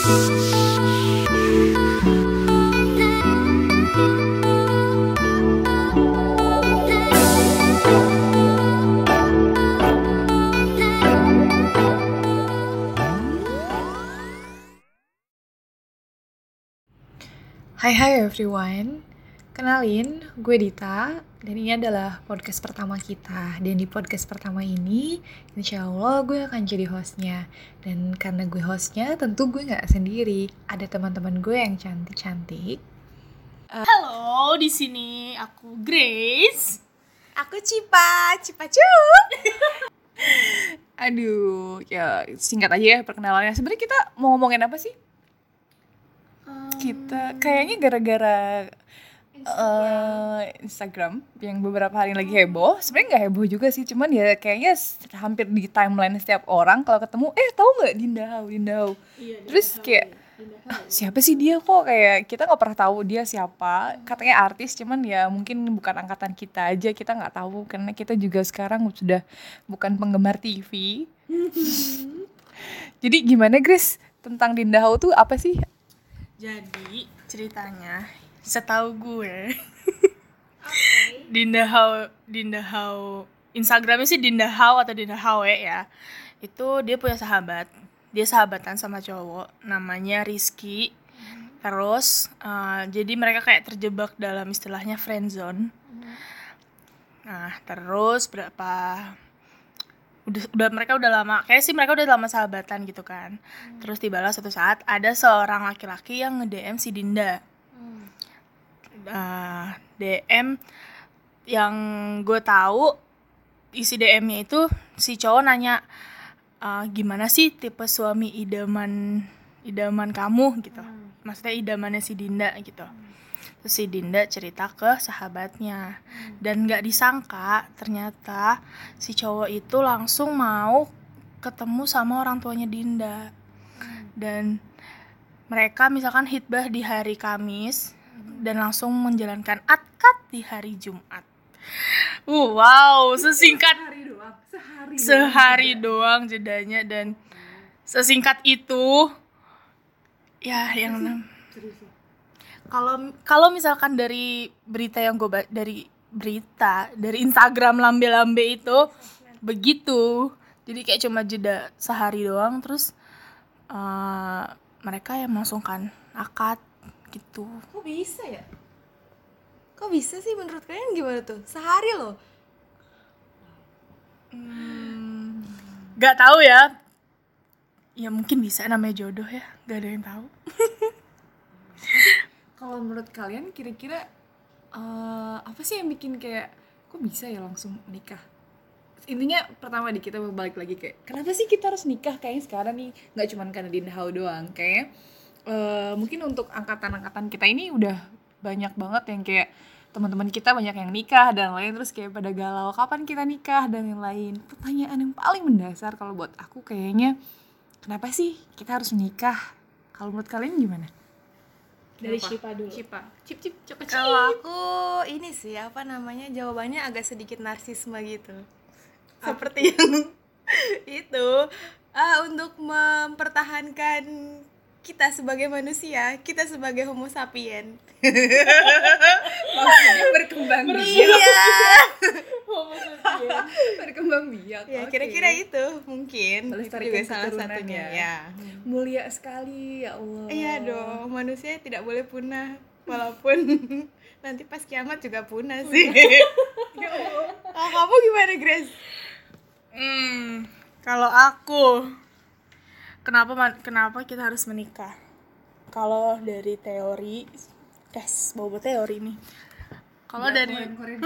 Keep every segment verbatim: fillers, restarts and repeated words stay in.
Hai hai everyone, kenalin gue Dita dan ini adalah podcast pertama kita. Dan di podcast pertama ini insya Allah gue akan jadi hostnya. Dan karena gue hostnya tentu gue gak sendiri, ada teman-teman gue yang cantik-cantik. uh, Halo, di sini aku Grace. Aku Cipa, Cipa cu. Aduh, ya singkat aja ya perkenalannya. Sebenarnya kita mau ngomongin apa sih? Kita kayaknya gara-gara Instagram. Uh, Instagram yang beberapa hari lagi heboh. Sebenarnya nggak heboh juga sih, cuman ya kayaknya hampir di timeline setiap orang kalau ketemu, eh tahu nggak Dinda Hau, Dinda Hau. Iya, terus kayak ah, siapa sih dia, kok kayak kita nggak pernah tahu dia siapa. Katanya artis, cuman ya mungkin bukan angkatan kita aja, kita nggak tahu karena kita juga sekarang sudah bukan penggemar T V. Jadi gimana Grace, tentang Dinda Hau tuh apa sih? Jadi ceritanya setahu gue okay. Dinda Hau, Dinda Hau Instagramnya sih Dinda Hau atau Dinda Hawe ya. Itu dia punya sahabat, dia sahabatan sama cowok namanya Rizky. hmm. Terus uh, jadi mereka kayak terjebak dalam istilahnya friendzone. hmm. Nah terus berapa udah, udah mereka udah lama, kayak sih mereka udah lama sahabatan gitu kan. hmm. Terus tibalah suatu saat ada seorang laki-laki yang nge-D M si Dinda. hmm. uh, D M yang gue tahu isi D M-nya itu si cowok nanya, uh, gimana sih tipe suami idaman idaman kamu gitu. hmm. Maksudnya idamannya si Dinda gitu. hmm. Terus si Dinda cerita ke sahabatnya. hmm. Dan gak disangka ternyata si cowok itu langsung mau ketemu sama orang tuanya Dinda. hmm. Dan mereka misalkan hitbah di hari Kamis, hmm. dan langsung menjalankan akad di hari Jumat. uh, Wow, sesingkat Sehari doang Sehari, sehari doang, doang jedanya. Dan sesingkat itu ya yang Kalau kalau misalkan dari berita yang gue ba- dari berita dari Instagram lambe-lambe itu begitu. Jadi kayak cuma jeda sehari doang terus uh, mereka yang melangsungkan akad gitu. Kok bisa ya? Kok bisa sih menurut kalian, gimana tuh? Sehari loh. Hmm, gak tahu ya. Ya mungkin bisa, namanya jodoh ya. Gak ada yang tahu. Kalau menurut kalian kira-kira uh, apa sih yang bikin kayak kok bisa ya langsung nikah? Intinya pertama di kita balik lagi kayak kenapa sih kita harus nikah kayaknya sekarang nih, nggak cuma karena Dinda Hau doang. Kayak uh, mungkin untuk angkatan-angkatan kita ini udah banyak banget yang kayak teman-teman kita banyak yang nikah dan lain, terus kayak pada galau kapan kita nikah dan lain-lain. Pertanyaan yang paling mendasar kalau buat aku kayaknya kenapa sih kita harus menikah? Kalau menurut kalian gimana? Dari Cipa dulu. Cipa. Cip cip cip cip. Kalau aku ini sih apa namanya, jawabannya agak sedikit narsisme gitu. Apa? Seperti yang itu uh, untuk mempertahankan kita sebagai manusia, kita sebagai homo sapien. Maksudnya berkembang biak. Iya. Homo sapien. Berkembang biak. Ya, okay. kira-kira itu mungkin. Itu juga salah satunya ya. ya. Mulia sekali ya Allah. Iya dong, manusia tidak boleh punah, walaupun nanti pas kiamat juga punah sih. Ya Allah. Oh, kamu gimana, Grace? Hmm, kalau aku kenapa kenapa kita harus menikah? Kalau dari teori, guys, bawa teori nih. Kalau ya, dari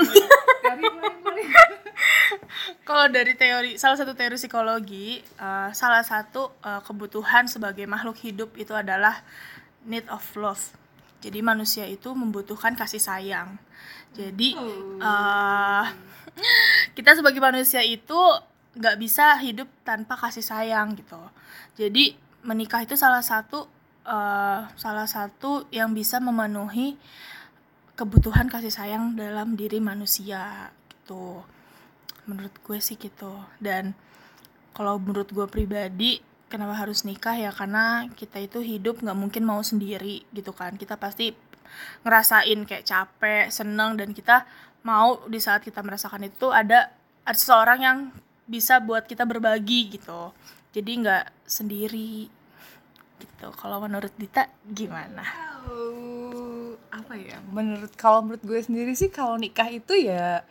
kalau dari teori, salah satu teori psikologi, uh, salah satu uh, kebutuhan sebagai makhluk hidup itu adalah need of love. Jadi manusia itu membutuhkan kasih sayang. Jadi uh, kita sebagai manusia itu nggak bisa hidup tanpa kasih sayang gitu. Jadi menikah itu salah satu uh, salah satu yang bisa memenuhi kebutuhan kasih sayang dalam diri manusia gitu. Menurut gue sih gitu. Dan kalau menurut gue pribadi, kenapa harus nikah ya, karena kita itu hidup nggak mungkin mau sendiri gitu kan. Kita pasti ngerasain kayak capek, seneng, dan kita mau di saat kita merasakan itu ada ada seseorang yang bisa buat kita berbagi gitu. Jadi nggak sendiri gitu. Kalau menurut Dita gimana? Oh, apa ya? Menurut kalau menurut gue sendiri sih kalau nikah itu ya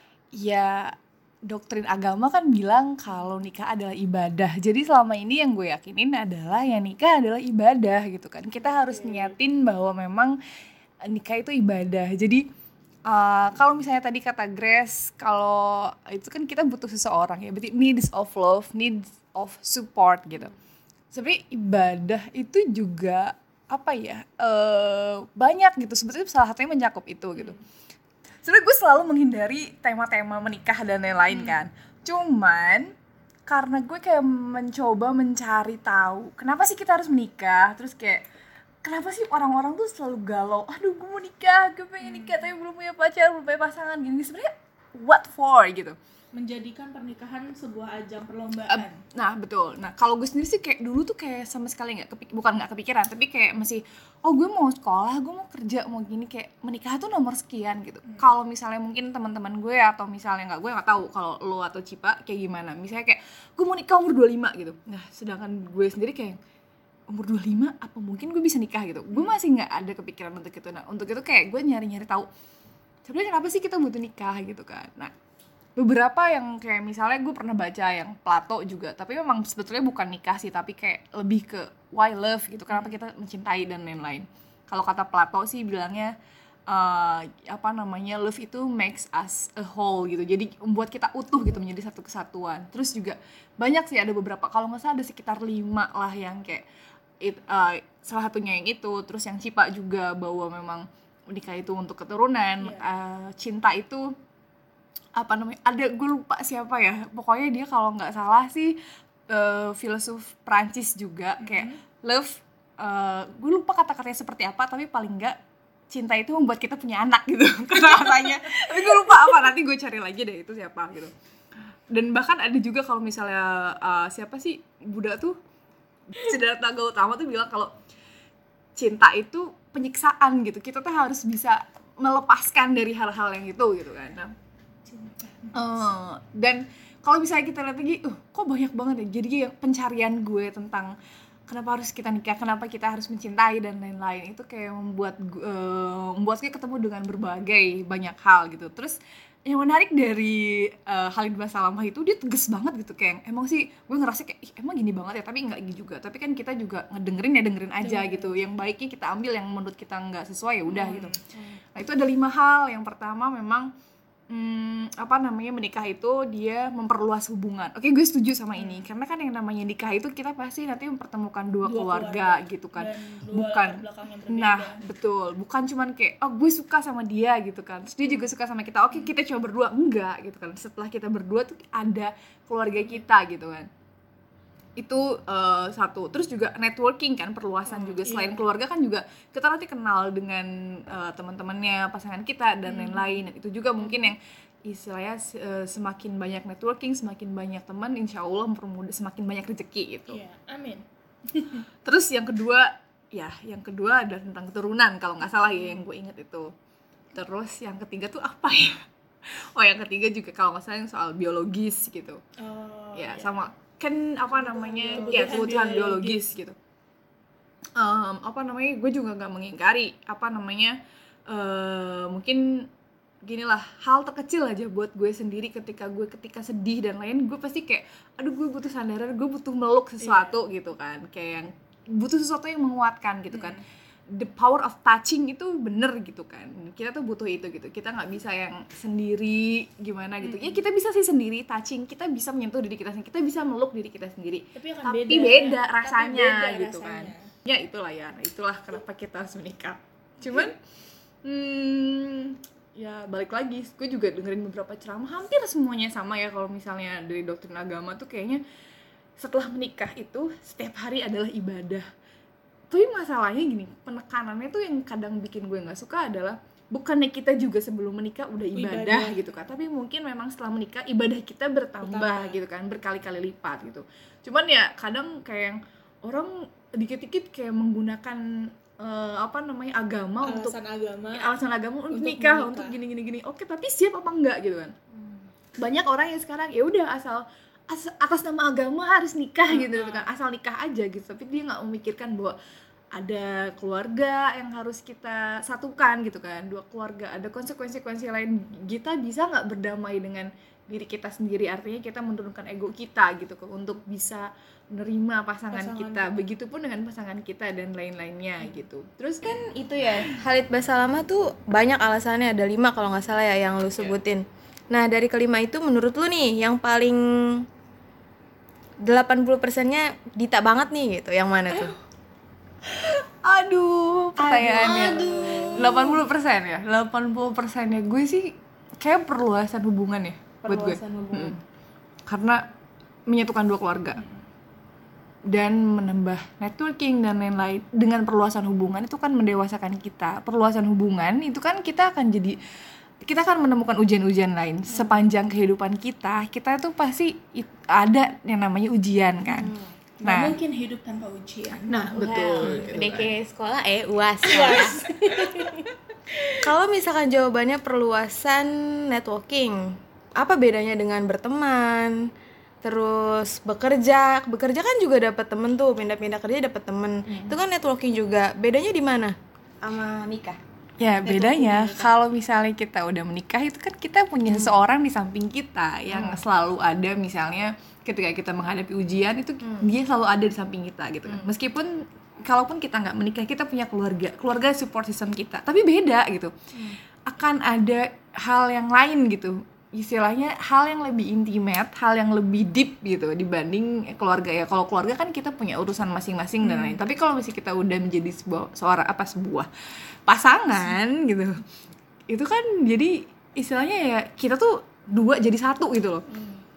ya doktrin agama kan bilang kalau nikah adalah ibadah. Jadi selama ini yang gue yakinin adalah ya nikah adalah ibadah gitu kan. Kita harus niatin bahwa memang nikah itu ibadah. Jadi uh, kalau misalnya tadi kata Grace, kalau itu kan kita butuh seseorang ya. Berarti needs of love, needs of support gitu. Sebenarnya ibadah itu juga apa ya? Uh, banyak gitu. Sebetulnya salah satunya mencakup itu gitu. Sebenarnya gue selalu menghindari tema-tema menikah dan lain-lain kan. Cuman karena gue kayak mencoba mencari tahu kenapa sih kita harus menikah. Terus kayak kenapa sih orang-orang tuh selalu galau, aduh gue mau nikah, gue pengen nikah tapi belum punya pacar, belum punya pasangan gini. Sebenarnya what for gitu. Menjadikan pernikahan sebuah ajang perlombaan. Uh, nah betul. Nah kalau gue sendiri sih kayak dulu tuh kayak sama sekali nggak kepik bukan nggak kepikiran, tapi kayak masih oh gue mau sekolah, gue mau kerja, mau gini, kayak menikah tuh nomor sekian gitu. Hmm. Kalau misalnya mungkin teman-teman gue atau misalnya nggak, gue nggak tahu kalau lo atau Cipa kayak gimana. Misalnya kayak gue mau nikah umur dua puluh lima gitu. Nah sedangkan gue sendiri kayak umur dua puluh lima apa mungkin gue bisa nikah gitu. Gue masih nggak ada kepikiran untuk itu. Nah untuk itu kayak gue nyari-nyari tahu sebenarnya kenapa sih kita butuh nikah gitu kan. Nah beberapa yang kayak misalnya gue pernah baca yang Plato juga, tapi memang sebetulnya bukan nikah sih, tapi kayak lebih ke why love gitu, kenapa kita mencintai dan lain-lain. Kalau kata Plato sih bilangnya uh, apa namanya love itu makes us a whole gitu, jadi membuat kita utuh gitu, menjadi satu kesatuan. Terus juga banyak sih, ada beberapa, kalau nggak salah ada sekitar lima lah yang kayak it, uh, salah satunya yang itu. Terus yang Cipa juga bahwa memang nikah itu untuk keturunan, yeah. uh, cinta itu apa namanya, ada gue lupa siapa ya, pokoknya dia kalau nggak salah sih uh, filsuf Prancis juga, mm-hmm. kayak love, uh, gue lupa kata-katanya seperti apa, tapi paling nggak cinta itu membuat kita punya anak gitu kata-katanya. Tapi gue lupa apa, nanti gue cari lagi deh itu siapa gitu. Dan bahkan ada juga kalau misalnya uh, siapa sih Buddha tuh, Siddhartha Gautama tuh bilang kalau cinta itu penyiksaan gitu, kita tuh harus bisa melepaskan dari hal-hal yang itu gitu kan. Nah, Uh, dan kalau misalnya kita lihat lagi, uh, kok banyak banget ya. Jadi ya pencarian gue tentang kenapa harus kita nikah, kenapa kita harus mencintai dan lain-lain, itu kayak membuat uh, membuat gue ketemu dengan berbagai banyak hal gitu. Terus yang menarik dari uh, Khalid Basalamah itu, dia tegas banget gitu, kayak emang sih gue ngerasa kayak ih, emang gini banget ya, tapi nggak gini juga. Tapi kan kita juga ngedengerin ya dengerin aja hmm. gitu. Yang baiknya kita ambil, yang menurut kita nggak sesuai ya udah hmm. gitu. Nah itu ada lima hal. Yang pertama memang Hmm, apa namanya menikah itu dia memperluas hubungan. Oke, gue setuju sama hmm. ini, karena kan yang namanya nikah itu kita pasti nanti mempertemukan dua, dua keluarga, keluarga gitu kan. Bukan, nah betul, bukan cuman kayak oh gue suka sama dia gitu kan, terus dia hmm. juga suka sama kita. Oke, kita coba berdua, enggak gitu kan. Setelah kita berdua tuh ada keluarga kita gitu kan. Itu uh, satu. Terus juga networking kan, perluasan oh, juga. Selain iya. keluarga kan juga kita nanti kenal dengan uh, teman-temannya, pasangan kita dan hmm. lain-lain. Dan itu juga mungkin yang istilahnya uh, semakin banyak networking, semakin banyak teman, insya Allah mempermudah, semakin banyak rezeki gitu. Iya, amin. Terus yang kedua, ya yang kedua adalah tentang keturunan kalau nggak salah ya, yang gue inget itu. Terus yang ketiga tuh apa ya? Oh yang ketiga juga kalau nggak salah yang soal biologis gitu. Oh, ya iya. sama kan apa namanya kebutuhan ya kebutuhan biologis, biologis gitu. Um, apa namanya gue juga nggak mengingkari apa namanya uh, mungkin ginilah hal terkecil aja buat gue sendiri, ketika gue ketika sedih dan lain, gue pasti kayak aduh gue butuh sandaran, gue butuh meluk sesuatu yeah. gitu kan, kayak yang butuh sesuatu yang menguatkan gitu kan. Yeah. The power of touching itu bener gitu kan, kita tuh butuh itu gitu. Kita nggak bisa yang sendiri gimana gitu. Mm-hmm. Ya kita bisa sih sendiri touching, kita bisa menyentuh diri kita sendiri, kita bisa meluk diri kita sendiri. Tapi, tapi beda, beda ya. rasanya tapi beda gitu rasanya. Kan. Ya itulah ya, nah, itulah kenapa kita harus menikah. Cuman, hmm, ya balik lagi, gue juga dengerin beberapa ceramah, hampir semuanya sama ya. Kalau misalnya dari doktrin agama tuh kayaknya setelah menikah itu setiap hari adalah ibadah. Tapi masalahnya gini, penekanannya tuh yang kadang bikin gue nggak suka adalah bukannya kita juga sebelum menikah udah ibadah, Ibadah. gitu kan, tapi mungkin memang setelah menikah ibadah kita bertambah, Bertambah. gitu kan, berkali-kali lipat gitu. Cuman ya kadang kayak yang orang dikit-dikit kayak menggunakan eh, apa namanya agama untuk Alasan agama. ya, alasan agama untuk, Untuk nikah, menikah. untuk gini-gini gini. Oke, tapi siap apa enggak gitu kan? Banyak orang yang sekarang ya udah asal as- atas nama agama harus nikah gitu kan, asal nikah aja gitu, tapi dia nggak memikirkan bahwa ada keluarga yang harus kita satukan gitu kan, dua keluarga, ada konsekuensi-konsekuensi lain. Kita bisa nggak berdamai dengan diri kita sendiri, artinya kita menurunkan ego kita gitu kok untuk bisa menerima pasangan, Pasangan kita, kita. begitupun dengan pasangan kita dan lain-lainnya gitu. Terus kan Itu ya, Khalid Basalamah tuh banyak alasannya, ada lima kalau nggak salah ya yang lu sebutin. Nah dari kelima itu menurut lu nih yang paling delapan puluh persennya Dita banget nih gitu, yang mana tuh? aduh pertanyaannya delapan puluh persen ya, delapan puluh persennya gue sih kayak perluasan hubungan ya buat gue. Perluasan hubungan. Mm. Karena menyatukan dua keluarga dan menambah networking dan lain-lain. Dengan perluasan hubungan itu kan mendewasakan kita. Perluasan hubungan itu kan kita akan jadi, kita akan menemukan ujian-ujian lain sepanjang kehidupan kita. Kita tuh pasti it- ada yang namanya ujian kan. Nggak Nah, mungkin hidup tanpa ujian. nah betul. gitu Udah kan. kayak sekolah eh uas ya. Kalau misalkan jawabannya perluasan networking, apa bedanya dengan berteman? Terus bekerja, bekerja kan juga dapat temen tuh, pindah-pindah kerja dapat temen. Itu kan networking juga. Bedanya di mana? Sama nikah. Ya bedanya kalau misalnya kita udah menikah itu kan kita punya seseorang di samping kita yang selalu ada, misalnya ketika kita menghadapi ujian itu dia selalu ada di samping kita gitu kan. Meskipun kalaupun kita nggak menikah, kita punya keluarga, keluarga support system kita, tapi beda gitu. Akan ada hal yang lain gitu, istilahnya hal yang lebih intimate, hal yang lebih deep gitu dibanding keluarga ya. Kalau keluarga kan kita punya urusan masing-masing dan lain. Tapi kalau misalnya kita udah menjadi sebuah seorang apa sebuah pasangan gitu, itu kan jadi istilahnya ya kita tuh dua jadi satu gitu loh.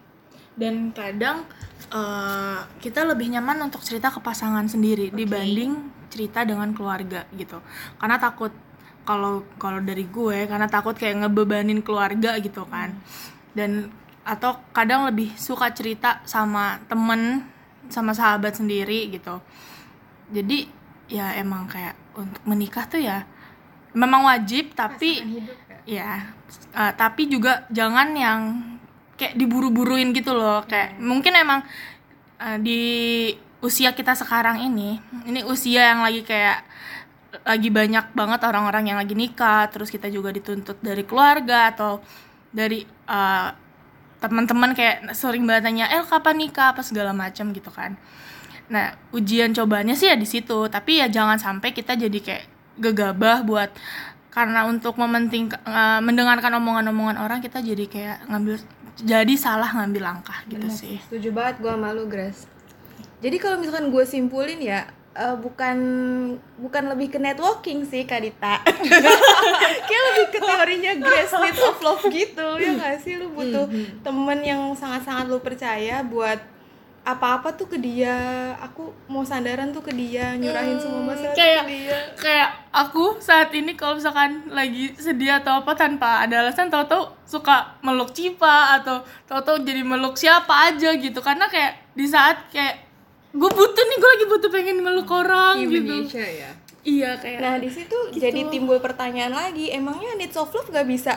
Dan kadang eh, kita lebih nyaman untuk cerita ke pasangan sendiri dibanding cerita dengan keluarga gitu. Karena takut, kalau kalau dari gue karena takut kayak ngebebanin keluarga gitu kan. Dan atau kadang lebih suka cerita sama temen, sama sahabat sendiri gitu. Jadi ya emang kayak untuk menikah tuh ya memang wajib, tapi ya eh, tapi juga jangan yang kayak diburu-buruin gitu loh. Kayak mungkin emang eh, di usia kita sekarang ini ini usia yang lagi kayak lagi banyak banget orang-orang yang lagi nikah, terus kita juga dituntut dari keluarga atau dari eh, teman-teman kayak sering banget tanya, "Eh, kapan nikah?" apa segala macam gitu kan. Nah, ujian cobaannya sih ya di situ, tapi ya jangan sampai kita jadi kayak gegabah buat karena untuk mementing uh, mendengarkan omongan-omongan orang, kita jadi kayak ngambil jadi salah ngambil langkah gitu sih. Setuju banget gue sama lu, Grace. Jadi kalau misalkan gue simpulin ya, uh, bukan bukan lebih ke networking sih, Kak Dita. Kayak lebih ke teorinya Grace Needs of Love gitu. Ya nggak sih, lu butuh temen yang sangat-sangat lu percaya buat apa-apa tuh ke dia. Aku mau sandaran tuh ke dia, nyurahin semua masalah kayak ke dia. kayak aku saat ini kalau misalkan lagi sedih atau apa tanpa ada alasan, tahu-tahu suka meluk Cipa atau tahu-tahu jadi meluk siapa aja gitu, karena kayak di saat kayak gue butuh nih, gue lagi butuh pengen meluk orang gitu. ya. Iya kayak Nah di situ jadi timbul pertanyaan lagi, emangnya needs of love gak bisa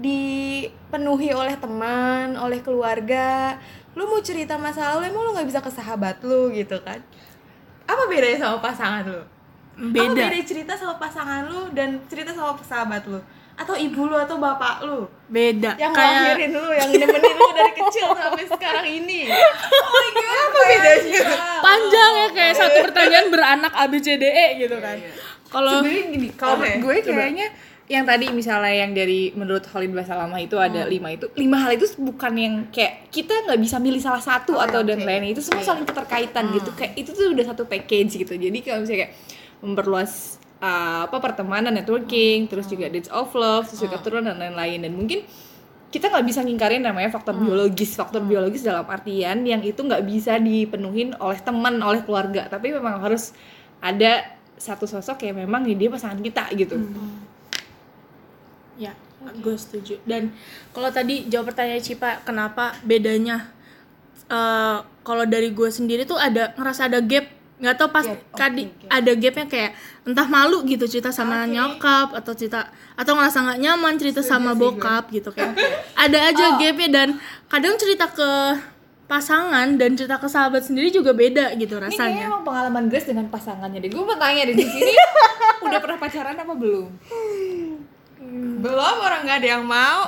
dipenuhi oleh teman, oleh keluarga? Lu mau cerita masa lalu, emang lu gak bisa ke sahabat lu gitu kan? Apa bedanya sama pasangan lu? Apa beda beda cerita sama pasangan lu dan cerita sama sahabat lu? Atau ibu lu atau bapak lu? beda Yang kayak ngelahirin lu, yang nemenin lu dari kecil sampai sekarang ini. Oh my god, apa bedanya? panjang ya, kayak satu pertanyaan beranak A B C D E gitu kan. Kalau Sebenarnya gini, kalau Oke, gue coba. kayaknya yang tadi misalnya yang dari menurut Khalid Basalamah itu ada lima itu lima hal itu bukan yang kayak kita nggak bisa milih salah satu Oh, atau oke. dan lain, itu semua saling keterkaitan gitu, kayak itu tuh udah satu package gitu. Jadi kalau misalnya kayak memperluas uh, apa pertemanan, networking, terus juga dates of love, terus juga keturunan dan lain-lain, dan mungkin kita nggak bisa ngingkarin namanya faktor biologis, faktor biologis dalam artian yang itu nggak bisa dipenuhin oleh teman, oleh keluarga, tapi memang harus ada satu sosok yang memang dia pasangan kita gitu. Ya, gue setuju. Dan kalau tadi jawab pertanyaan Cipa, kenapa bedanya? Uh, kalau dari gue sendiri tuh ada ngerasa ada gap, nggak tau pas Gap, kadi okay, gap. ada gapnya kayak entah malu gitu cerita sama Okay. nyokap atau cerita atau ngerasa nggak nyaman cerita Setuju sama sih bokap gitu kayak ada aja Oh. gapnya. Dan kadang cerita ke pasangan dan cerita ke sahabat sendiri juga beda gitu Ini kayaknya rasanya. emang pengalaman Grace dengan pasangannya deh. Gue mau tanya deh di sini udah pernah pacaran apa belum? Belum, orang nggak ada yang mau.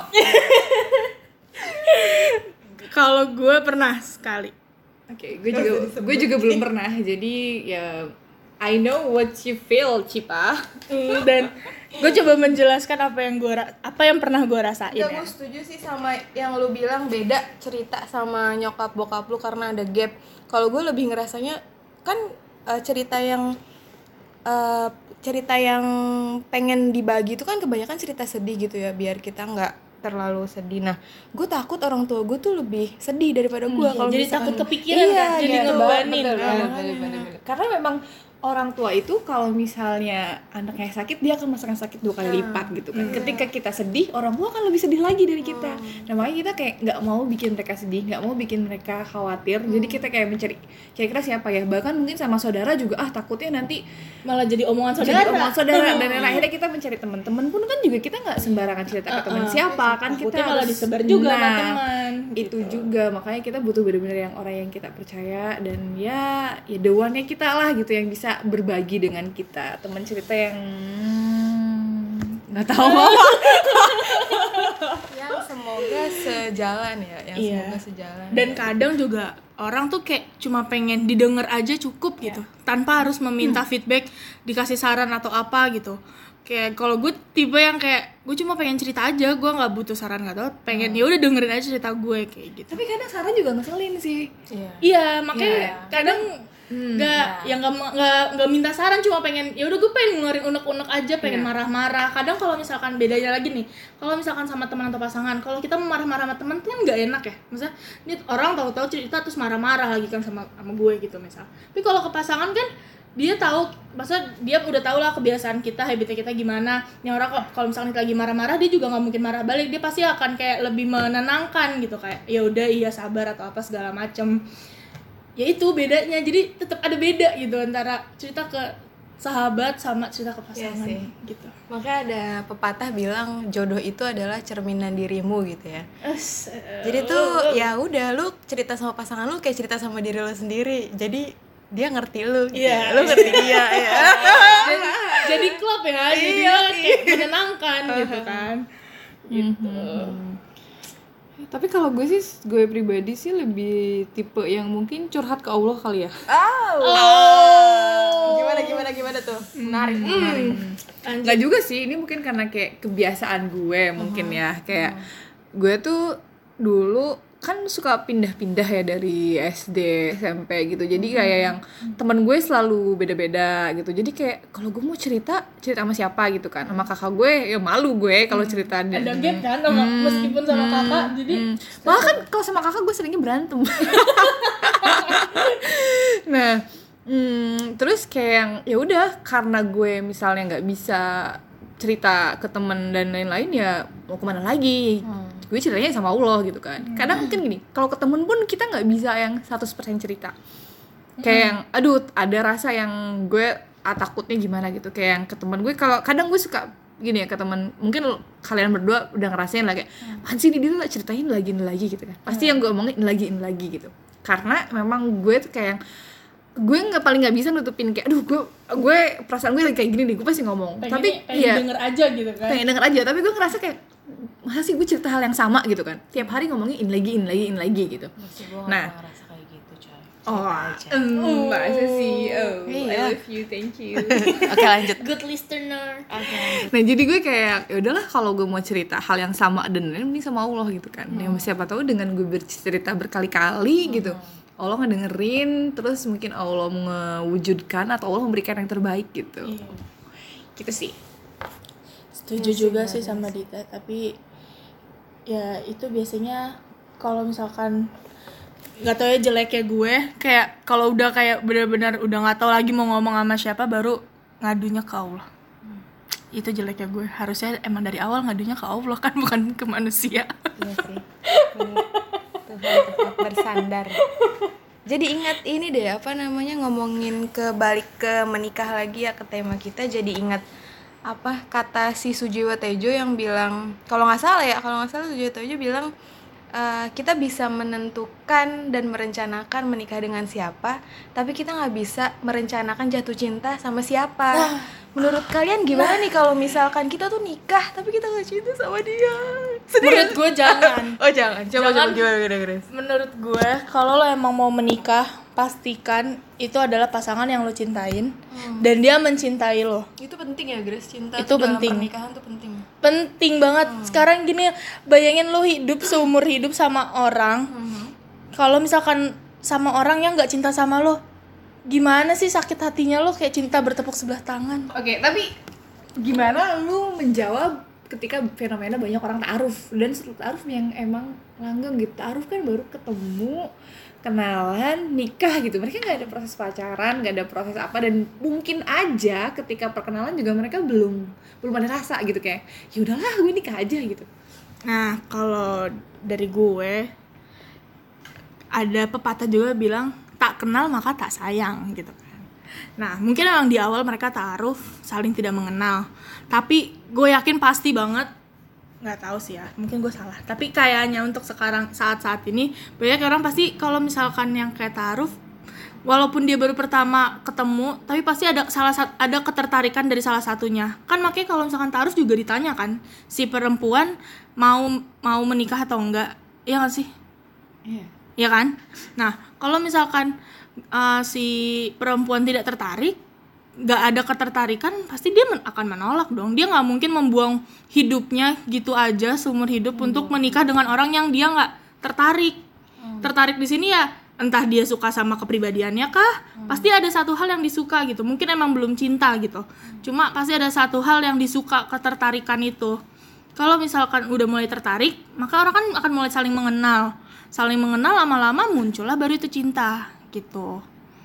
Kalau gue pernah sekali. Oke, gue juga gue juga belum pernah. Jadi ya I know what you feel, Cipa. Hmm, dan gue coba menjelaskan apa yang gue ra- apa yang pernah gue rasain Ya, ya. gue setuju sih sama yang lu bilang beda cerita sama nyokap bokap lu karena ada gap. Kalau gue lebih ngerasanya kan eh, cerita yang eh, cerita yang pengen dibagi itu kan kebanyakan cerita sedih gitu ya, biar kita nggak terlalu sedih. Nah, gue takut orang tua gue tuh lebih sedih daripada gue. Hmm, kalau jadi misalkan- takut kepikiran iya, kan, jadi gitu. ngebebanin Betul, kan. betul, betul, betul, betul. Karena memang orang tua itu kalau misalnya anaknya sakit dia akan merasakan sakit dua kali lipat gitu kan. Ketika kita sedih, orang tua akan lebih sedih lagi dari kita. Nah makanya kita kayak nggak mau bikin mereka sedih, nggak mau bikin mereka khawatir. Jadi kita kayak mencari kira-kira siapa ya. Bahkan mungkin sama saudara juga ah takutnya nanti Malah jadi omongan jadi saudara. omongan saudara dan akhirnya kita mencari teman-teman pun kan juga kita nggak sembarangan cerita ke teman siapa kan kita Takutnya malah harus- disebar juga sama Nah, teman. itu juga makanya kita butuh benar-benar yang orang yang kita percaya dan ya ya the one-nya kita lah gitu yang bisa berbagi dengan kita. Teman cerita yang nggak tahu apa. yang semoga sejalan ya, yang Iya. semoga sejalan. Dan kadang juga orang tuh kayak cuma pengen didengar aja cukup gitu, tanpa harus meminta feedback, dikasih saran atau apa gitu. Kayak kalau gue tipe yang kayak gue cuma pengen cerita aja, gue nggak butuh saran nggak tau, pengen ya udah dengerin aja cerita gue kayak gitu. Tapi kadang saran juga ngeselin sih. Iya. Iya makanya Iya. kadang nggak yang nggak nggak nggak minta saran, cuma pengen ya udah gue pengen ngeluarin unek-unek aja, pengen Iya. marah-marah. Kadang kalau misalkan bedanya lagi nih, kalau misalkan sama teman atau pasangan, kalau kita mau marah-marah sama teman tuh kan nggak enak ya. Misalnya ini orang tahu-tahu cerita terus marah-marah lagi kan sama sama gue gitu misal. Tapi kalau ke pasangan kan dia tahu, maksudnya dia udah tahu lah kebiasaan kita, habitnya kita gimana. Yang orang kok- kalau misalkan kita lagi marah-marah, dia juga nggak mungkin marah balik, dia pasti akan kayak lebih menenangkan gitu, kayak ya udah iya sabar atau apa segala macem. Ya itu bedanya, jadi tetap ada beda gitu antara cerita ke sahabat sama cerita ke pasangan Iya sih. gitu. Makanya ada pepatah bilang jodoh itu adalah cerminan dirimu gitu ya. Es, eh, Jadi tuh ya udah lu cerita sama pasangan lu kayak cerita sama diri lu sendiri. Jadi dia ngerti lu, gitu. Iya. Lu ngerti dia ya. jadi, jadi klub ya, jadi Iya, kayak menenangkan gitu kan. Gitu. Tapi kalau gue sih, gue pribadi sih lebih tipe yang mungkin curhat ke Allah kali ya. Oh. Gimana gimana gimana tuh? Menarik, menarik. Enggak juga sih, ini mungkin karena kayak kebiasaan gue mungkin ya. Kayak gue tuh dulu kan suka pindah-pindah ya dari S D, S M P gitu. Jadi kayak yang teman gue selalu beda-beda gitu. Jadi kayak kalau gue mau cerita, cerita sama siapa gitu kan. Sama kakak gue ya malu gue kalau cerita. Ada gap kan sama meskipun sama kakak, jadi Malah kan kalau sama kakak gue seringnya berantem. Nah, hmm, terus kayak yang ya udah karena gue misalnya nggak bisa cerita ke temen dan lain-lain ya mau kemana lagi? Gue ceritanya sama Allah gitu kan. Kadang mungkin gini, kalau ke temen pun kita nggak bisa yang seratus persen cerita. Kayak yang, aduh ada rasa yang gue ah, takutnya gimana gitu. Kayak yang ke temen gue, kalau kadang gue suka gini ya ke teman, mungkin kalian berdua udah ngerasain lah kayak apaan sih ini dia tuh ceritain lagi ini lagi gitu kan, pasti yang gue omongin ini lagi ini lagi gitu, karena memang gue tuh kayak gue nggak paling nggak bisa nutupin kayak aduh gue gue perasaan gue lagi kayak gini nih, gue pasti ngomong pengen, tapi pengen iya denger aja gitu kan. pengen denger aja, tapi gue ngerasa kayak masa sih gue cerita hal yang sama gitu kan, tiap hari ngomongin ini lagi ini lagi ini lagi gitu. Nah, ngerasa kayak gitu coy. oh, um, masa sih, oh, I Iya. love you, thank you. Oke lanjut. Good listener. Nah jadi gue kayak ya udahlah kalau gue mau cerita hal yang sama dan ini sama Allah gitu kan. Hmm. Ya siapa tahu dengan gue bercerita berkali-kali hmm. gitu, Allah ngedengerin, terus mungkin Allah mewujudkan atau Allah memberikan yang terbaik gitu. Iya. Gitu sih. Setuju juga sih sama Dita, tapi ya itu biasanya kalau misalkan nggak tahu ya jeleknya gue, kayak kalau udah kayak benar-benar udah nggak tahu lagi mau ngomong sama siapa baru ngadunya ke Allah. Itu jeleknya gue. Harusnya emang dari awal ngadunya ke Allah kan, bukan ke manusia. Iya sih. Bener. Tuhan tempat bersandar. Jadi ingat ini deh, apa namanya, ngomongin ke balik ke menikah lagi ya, ke tema kita. Jadi ingat apa kata si Sujiwo Tejo yang bilang, kalau nggak salah ya, kalau nggak salah Sujiwo Tejo bilang uh, kita bisa menentukan dan merencanakan menikah dengan siapa, tapi kita nggak bisa merencanakan jatuh cinta sama siapa. Nah, menurut kalian gimana nah. nih kalau misalkan kita tuh nikah tapi kita nggak cinta sama dia? Sedih. Menurut gue jangan. Oh jangan. Coba jangan. coba gimana gimana Grace? Menurut gue kalau lo emang mau menikah, pastikan itu adalah pasangan yang lo cintain hmm. dan dia mencintai lo. Itu penting ya Grace, cinta itu dalam penting. Pernikahan tuh penting. Penting banget. Hmm. Sekarang gini, bayangin lo hidup seumur hidup sama orang. Hmm. Kalau misalkan sama orang yang nggak cinta sama lo, gimana sih sakit hatinya lo, kayak cinta bertepuk sebelah tangan. Oke, okay, tapi gimana lu menjawab ketika fenomena banyak orang ta'aruf dan setelah ta'aruf yang emang langgeng gitu. Ta'aruf kan baru ketemu, kenalan, nikah gitu. Mereka nggak ada proses pacaran, nggak ada proses apa, dan mungkin aja ketika perkenalan juga mereka belum belum ada rasa gitu, kayak ya udahlah gue nikah aja gitu. Nah, kalau dari gue ada pepatah juga bilang tak kenal maka tak sayang gitu kan. Nah mungkin emang di awal mereka ta'aruf, saling tidak mengenal, tapi gue yakin pasti banget, nggak tahu sih ya, mungkin gue salah, tapi kayaknya untuk sekarang saat-saat ini banyak orang pasti kalau misalkan yang kayak ta'aruf, walaupun dia baru pertama ketemu, tapi pasti ada salah ada ketertarikan dari salah satunya kan. Makanya kalau misalkan ta'aruf juga ditanya kan si perempuan mau mau menikah atau enggak, ya nggak sih? Iya. Yeah. Ya kan? Nah, kalau misalkan uh, si perempuan tidak tertarik, nggak ada ketertarikan, pasti dia men- akan menolak dong. Dia nggak mungkin membuang hidupnya gitu aja seumur hidup hmm. untuk menikah dengan orang yang dia nggak tertarik. Hmm. Tertarik di sini ya, entah dia suka sama kepribadiannya kah? Hmm. Pasti ada satu hal yang disuka gitu. Mungkin emang belum cinta gitu. Hmm. Cuma pasti ada satu hal yang disuka, ketertarikan itu. Kalau misalkan udah mulai tertarik, maka orang kan akan mulai saling mengenal. Saling mengenal, lama-lama muncullah baru itu cinta gitu.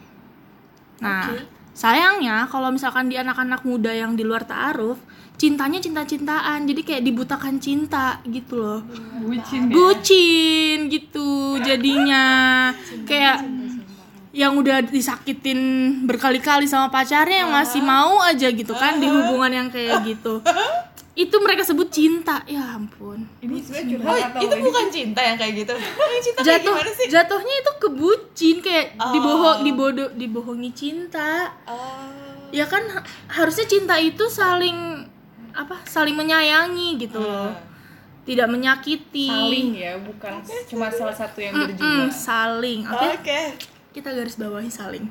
Nah, okay. Sayangnya kalau misalkan di anak-anak muda yang di luar ta'aruf, cintanya cinta-cintaan, jadi kayak dibutakan cinta gitu loh. Bucin, bucin ya? Gitu jadinya. Kayak yang udah disakitin berkali-kali sama pacarnya yang masih mau aja gitu kan di hubungan yang kayak gitu. Itu mereka sebut cinta. Ya ampun. Ini sebenarnya curhat atau itu bukan cinta yang kayak gitu. Yang cinta jatuh kayak sih? Jatuhnya itu kebucin, kayak oh. dibohong dibodoh dibohongi cinta. Oh. Ya kan harusnya cinta itu saling apa? Saling menyayangi gitu loh. Hmm. Tidak menyakiti. Saling ya, bukan cuma salah satu yang berjumlah. Saling. Oke. Okay? Okay. Kita garis bawahi saling.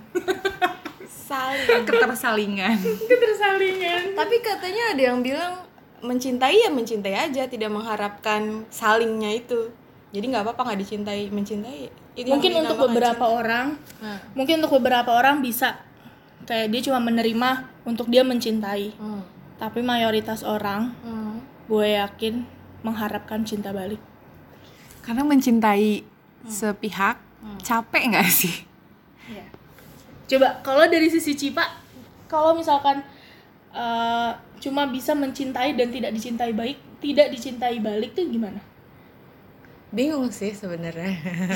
Saling. Ketersalingan. Ketersalingan. Tapi katanya ada yang bilang mencintai ya mencintai aja, tidak mengharapkan salingnya itu. Jadi nggak apa-apa nggak dicintai, mencintai. Itu mungkin untuk beberapa cinta. orang, nah. mungkin untuk beberapa orang bisa kayak dia cuma menerima untuk dia mencintai. Hmm. Tapi mayoritas orang, hmm. gue yakin mengharapkan cinta balik. Karena mencintai hmm. sepihak, hmm. capek nggak sih? Ya. Coba kalau dari sisi Cipa, kalau misalkan uh, cuma bisa mencintai dan tidak dicintai baik, tidak dicintai balik tuh gimana? Bingung sih sebenarnya.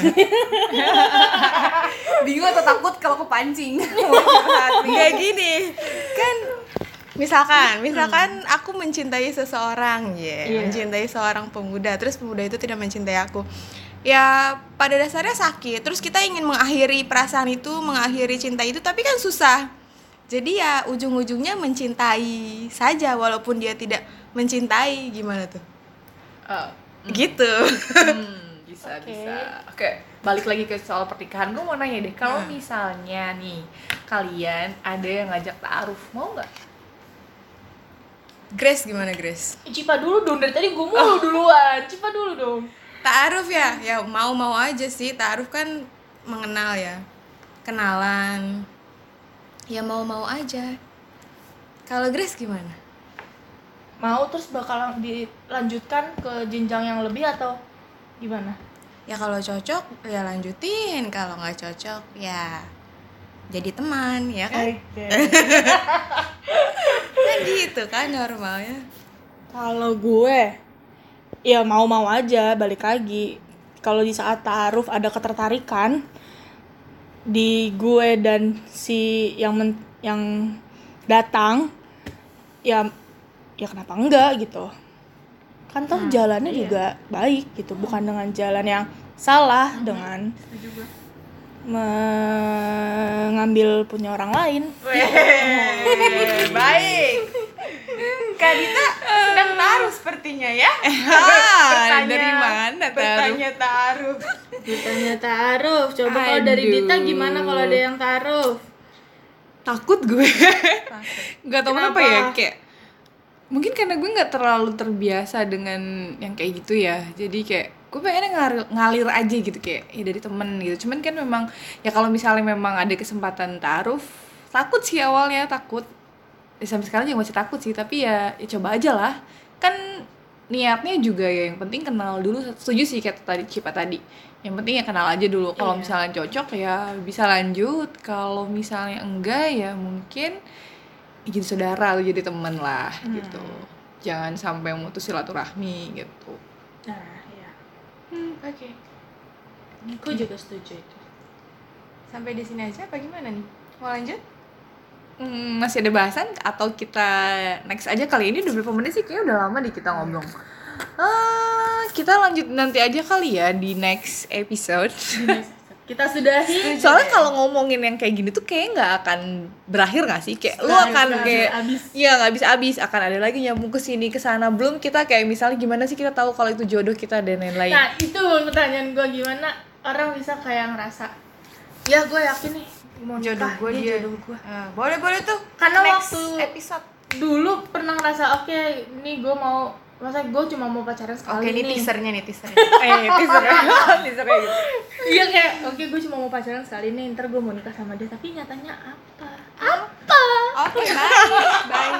Bingung atau takut kalau kepancing? Kayak gini. Kan misalkan, misalkan aku mencintai seseorang, ya, yeah. yeah. mencintai seorang pemuda, terus pemuda itu tidak mencintai aku. Ya pada dasarnya sakit. Terus kita ingin mengakhiri perasaan itu, mengakhiri cinta itu, tapi kan susah. Jadi ya ujung-ujungnya mencintai saja walaupun dia tidak mencintai. Gimana tuh? Uh, mm. Gitu. Hmm, bisa okay. bisa. Oke, okay. Balik lagi ke soal pernikahan. Gue mau nanya deh, kalau hmm. misalnya nih kalian ada yang ngajak ta'aruf, mau nggak? Grace gimana Grace? Cipa dulu dong, dari tadi gue mau oh. duluan. Cipa dulu dong. Ta'aruf ya, ya mau-mau aja sih. Ta'aruf kan mengenal ya, kenalan. Ya mau-mau aja. Kalau Grace gimana? Mau terus bakal dilanjutkan ke jenjang yang lebih atau gimana? Ya kalau cocok ya lanjutin, kalau nggak cocok ya jadi teman, ya kan? Okay. Kan gitu. gitu kan normalnya. Kalau gue ya mau-mau aja, balik lagi. Kalau di saat ta'aruf ada ketertarikan di gue dan si yang men, yang datang, ya ya kenapa enggak gitu. Kan toh jalannya iya. juga baik gitu, bukan dengan jalan yang salah dengan mengambil punya orang lain. Weh, baik. Kak Dita sedang taruh sepertinya ya. Ah, dari mana taruh? Bertanya taruh. Ditanya ta'aruf, coba kalau dari Aduh. Dita gimana kalau ada yang ta'aruf? Takut gue. Nggak tahu kenapa Kenapa? ya, kayak mungkin karena gue nggak terlalu terbiasa dengan yang kayak gitu ya. Jadi kayak gue pengennya ngalir, ngalir aja gitu, kayak ya dari temen gitu. Cuman kan memang ya kalau misalnya memang ada kesempatan taruh, takut sih awalnya, takut. Ya, sampai sekarang juga masih takut sih, tapi ya, ya coba aja lah. Kan niatnya juga ya yang penting kenal dulu. Setuju sih kayak tadi Cipa tadi. Yang penting ya kenal aja dulu. Kalau Iya. misalnya cocok ya bisa lanjut. Kalau misalnya enggak ya mungkin ya jadi saudara atau jadi teman lah gitu. Jangan sampai memutus silaturahmi gitu. Nah, ya. Oke. Aku juga setuju itu. Sampai di sini aja apa gimana nih? Mau lanjut? Hmm, masih ada bahasan atau kita next aja kali ini? Udah berapa menit sih? Kayaknya udah lama deh kita ngobrol. Ah, kita lanjut nanti aja kali ya di next episode. Kita sudahi. Soalnya kalau ngomongin yang kayak gini tuh kayak nggak akan berakhir nggak sih? Kayak lu Nggak akan bisa kayak habis. iya nggak bisa habis, akan ada lagi nyambung ke sini ke sana. Belum kita kayak misalnya gimana sih kita tahu kalau itu jodoh kita dan lain-lain. Nah, itu pertanyaan gue, gimana orang bisa kayak ngerasa, ya gue yakin nih mau nikah, Jodoh gue dia. jodoh gue. Eh, boleh boleh tuh. Karena Next waktu episode. dulu pernah ngerasa, oke ini gue mau, masa gue cuma mau pacaran sekali Oke, ini nih. teasernya nih teasernya. eh, teaser teaser kayak gitu. Iya kayak, oke gue cuma mau pacaran sekali nih, ntar gue mau nikah sama dia, tapi nyatanya apa? Apa? Oke, baik, baik.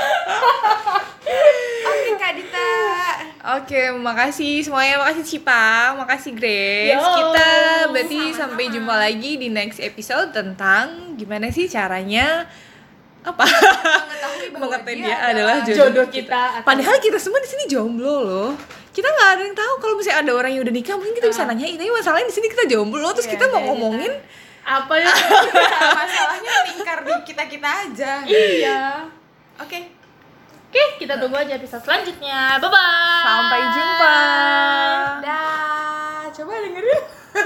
Oke, Kak Dita. Oke, makasih semuanya, makasih Cipa, makasih Grace. Yo, Kita berarti sama-sama. sampai jumpa lagi di next episode tentang gimana sih caranya apa Mengetahui bahwa mengetahui dia dia adalah jodoh, jodoh kita atau- Padahal kita semua di sini jomblo loh. Kita nggak ada yang tahu kalau misalnya ada orang yang udah nikah, mungkin kita bisa nanyain. Tapi masalahnya di sini kita jomblo, terus Iya, kita mau jadi ngomongin Apa ya? masalahnya lingkar di kita-kita aja. Iya. Oke. Oke, kita tunggu aja episode selanjutnya. Bye bye. sampai jumpa. Dah, coba dengerin.